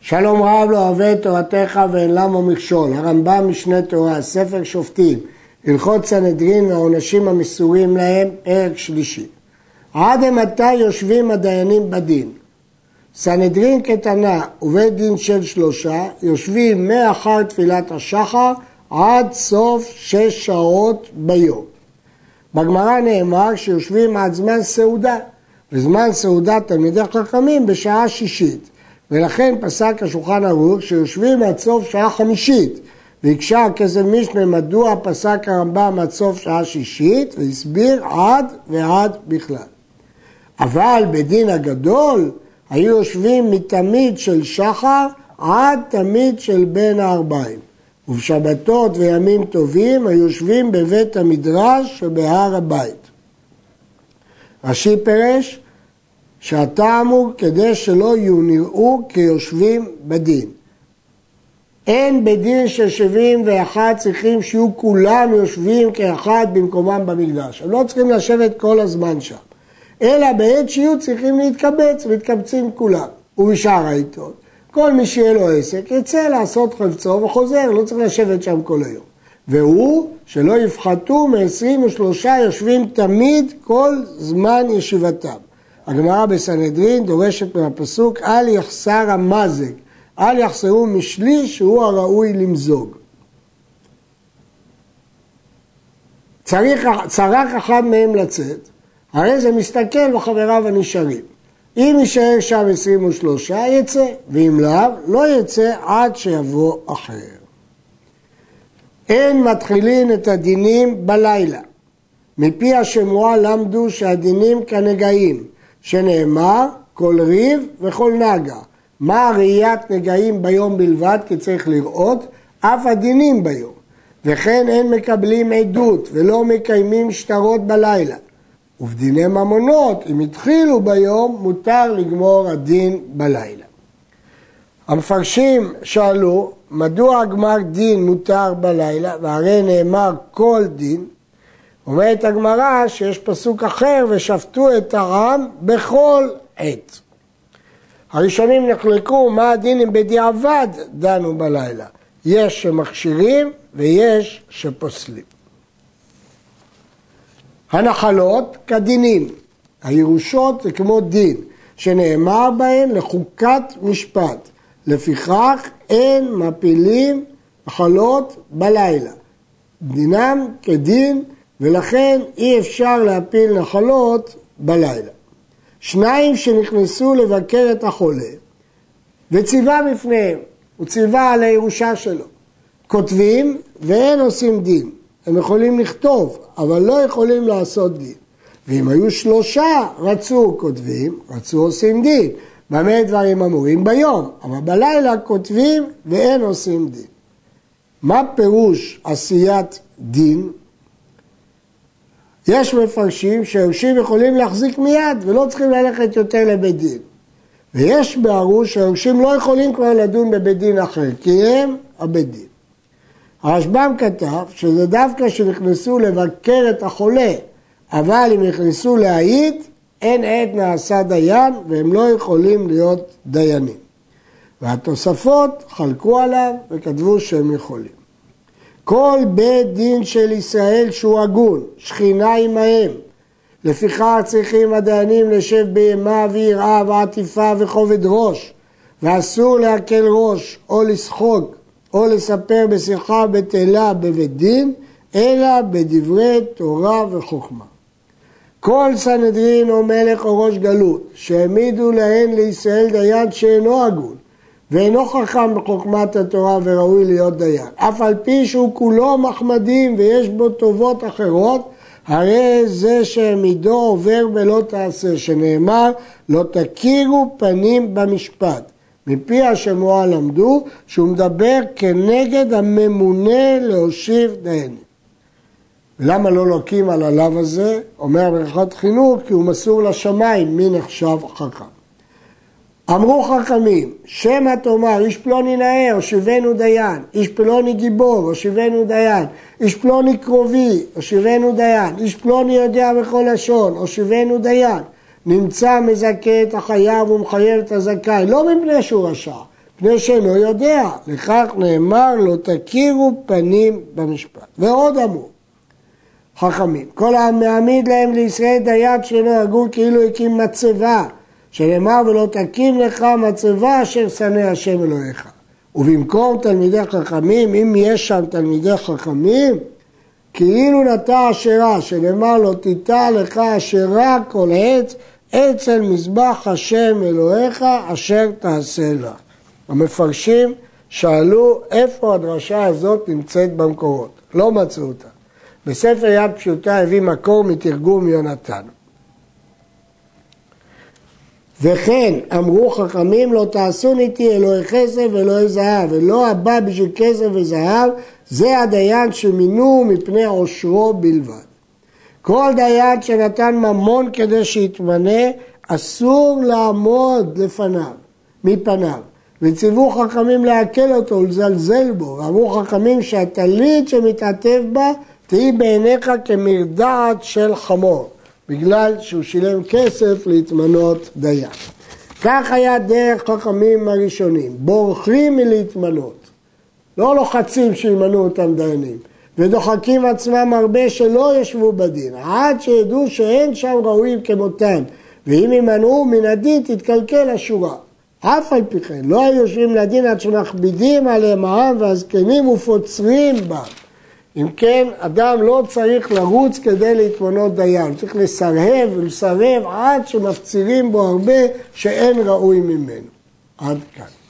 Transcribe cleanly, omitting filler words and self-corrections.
שלום רב לא אוהב את תורתך ואין למה מכשול. הרמב"ם משנה תורה, ספר שופטים, הלכות סנהדרין והעונשים המסורים להם, פרק שלישי. עד מתי יושבים הדיינים בדין? סנהדרין קטנה ובית דין של 3 יושבים מאחר תפילת השחר עד סוף 6 שעות ביום. בגמרא נאמר שיושבים עד זמן סעודה, וזמן סעודת תלמידי חכמים בשעה 6, ולכן פסק השולחן ערוך שיושבים עד סוף שעה 5, והקשה הכסף משנה מדוע פסק הרמב"ם עד סוף שעה 6, והסביר עד ועד בכלל. אבל בדין הגדול היו יושבים מתמיד של שחר עד תמיד של בין הערביים, ובשבתות וימים טובים היו יושבים בבית המדרש שבהר הבית. רש"י פירש שהטעם הוא כדי שלא נראו כיושבים בדין. אין בדין של 71 צריכים שיהיו כולם יושבים כאחד במקומם במקדש. הם לא צריכים לשבת כל הזמן שם. אלא בעת שיהיו צריכים להתקבץ, מתקבצים כולם. ובשאר העיתות, כל מי שיהיה לו עסק יצא לעשות חפצו וחוזר, לא צריך לשבת שם כל היום. והוא שלא יפחתו מ-23 יושבים תמיד כל זמן ישיבתם. הגמרא בסנהדרין דורשת מהפסוק אל יחסר המזג, אל יחסרו משליש שהוא הראוי למזוג. צרך אחד מהם לצאת, הרי זה מסתכל וחבריו הנשארים. אם יישאר שם 23 יצא, ואם לאו לא יצא עד שיבוא אחר. אין מתחילין את הדינים בלילה. מפי השמועה למדו שהדינים כנגעים, שנאמר כל ריב וכל נגע. מה ראיית נגעים ביום בלבד כי צריך לראות? אף הדינים ביום. וכן אין מקבלים עדות ולא מקיימים שטרות בלילה. ובדיני ממונות, אם התחילו ביום, מותר לגמור הדין בלילה. המפרשים שאלו, מדוע גמר דין מותר בלילה, והרי נאמר כל דין? אומרת הגמרא שיש פסוק אחר, ושפטו את העם בכל עת. הראשונים נחלקו מה הדין אם בדיעבד דנו בלילה. יש שמכשירים ויש שפוסלים. הנחלות כדינים, הירושות זה כמו דין, שנאמר בהן לחוקת משפט, לפיכך אין מפילים נחלות בלילה. דינם כדין ולכן אי אפשר להפיל נחלות בלילה. 2 שנכנסו לבקר את החולה וציווה בפניהם, הוא ציווה על הירושה שלו, כותבים ואין עושים דין. הם יכולים לכתוב, אבל לא יכולים לעשות דין. ואם היו 3 רצו כותבים, רצו עושים דין. במה דברים אמורים? ביום, אבל בלילה כותבים ואין עושים דין. מה פירוש עשיית דין? יש מפרשים שהיורשים יכולים להחזיק מיד ולא צריכים ללכת יותר לבית דין. ויש בהרוש שהיורשים לא יכולים כבר לדון בבית דין אחר, כי הם הבית דין. הרשב"ם כתב שזה דווקא שנכנסו לבקר את החולה, אבל אם נכנסו להעיד, אין עת נעשה דיין והם לא יכולים להיות דיינים. והתוספות חלקו עליו וכתבו שהם יכולים. כל בית דין של ישראל שהוא הגון, שכינה עמהם. לפיכך צריכים הדיינים לשב בימה ויראה ועטיפה וכובד ראש, ואסור להקל ראש או לשחוק, או לספר בשיחה בטלה בבית דין, אלא בדברי תורה וחוכמה. כל סנהדרין או מלך או ראש גלות, שהעמידו להן לישראל דיין שאינו הגון, ואינו חכם בחוכמת התורה וראוי להיות דיין, אף על פי שהוא כולו מחמדים ויש בו טובות אחרות, הרי זה שהעמידו עובר ולא תעשה, שנאמר לא תכירו פנים במשפט. מפי השמועה למדו שהוא מדבר כנגד הממונה להושיב דיינים. ולמה לא לוקים על הלאו הזה? אומר ברכות חינוך, כי הוא מסור לשמיים, מי נחשב חכם. אמרו חכמים, שמא תאמר, איש פלוני נאה, הושיבנו דיין, איש פלוני גיבור, הושיבנו דיין, איש פלוני קרובי, הושיבנו דיין, איש פלוני יודע בכל לשון, הושיבנו דיין. נמצא מזכה את החייב ומחייב את הזכאי, לא מפני שהוא רשע, פני שאינו יודע, לכך נאמר לא תכירו פנים במשפט. ועוד אמרו חכמים, כל המעמיד להם לישראל דיין שאינו הגון כאילו הקים מצבה, שנאמר ולא תקים לך מצבה אשר שנא השם אלוהיך. ובמקום תלמידי חכמים, אם יש שם תלמידי חכמים, כאילו נטע אשרה, שנאמר לא תיטע לך אשרה כל עץ, אצל מזבח השם אלוהיך אשר תעשה לה. המפרשים שאלו איפה הדרשה הזאת נמצאת במקורות, לא מצאו אותה. בספר יד פשוטה הביא מקור מתרגום יונתן. וכן אמרו חכמים לא תעשו איתי אלוהי כסף ואלוהי זהב, ולא הבא בשביל כסף וזהב, זה הדיין שמינו מפני עושרו בלבד. כל דיין שנתן ממון כדי שיתמנה, אסור לעמוד לפניו, מפניו. וציוו חכמים להקל אותו ולזלזל בו, ואמרו חכמים שהטלית שמתעטף בה תהי בעיניך כמרדעת של חמור, בגלל שהוא שילם כסף להתמנות דיין. כך היה דרך חכמים הראשונים, בורחים מלהתמנות, לא לוחצים שימנו אותם דיינים, ודוחקים עצמם הרבה שלא ישבו בדין, עד שידעו שאין שם ראויים כמותם, ואם ימנעו מן הדין תתקלקל השורה. אף על פי כן, לא היו יושבים לדין עד שמכבידים עליהם העם והזקנים ופוצרים בה. אם כן, אדם לא צריך לרוץ כדי להתמנות דיין, הוא צריך לסרב ולסרב עד שמפצירים בו הרבה שאין ראוי ממנו. עד כאן.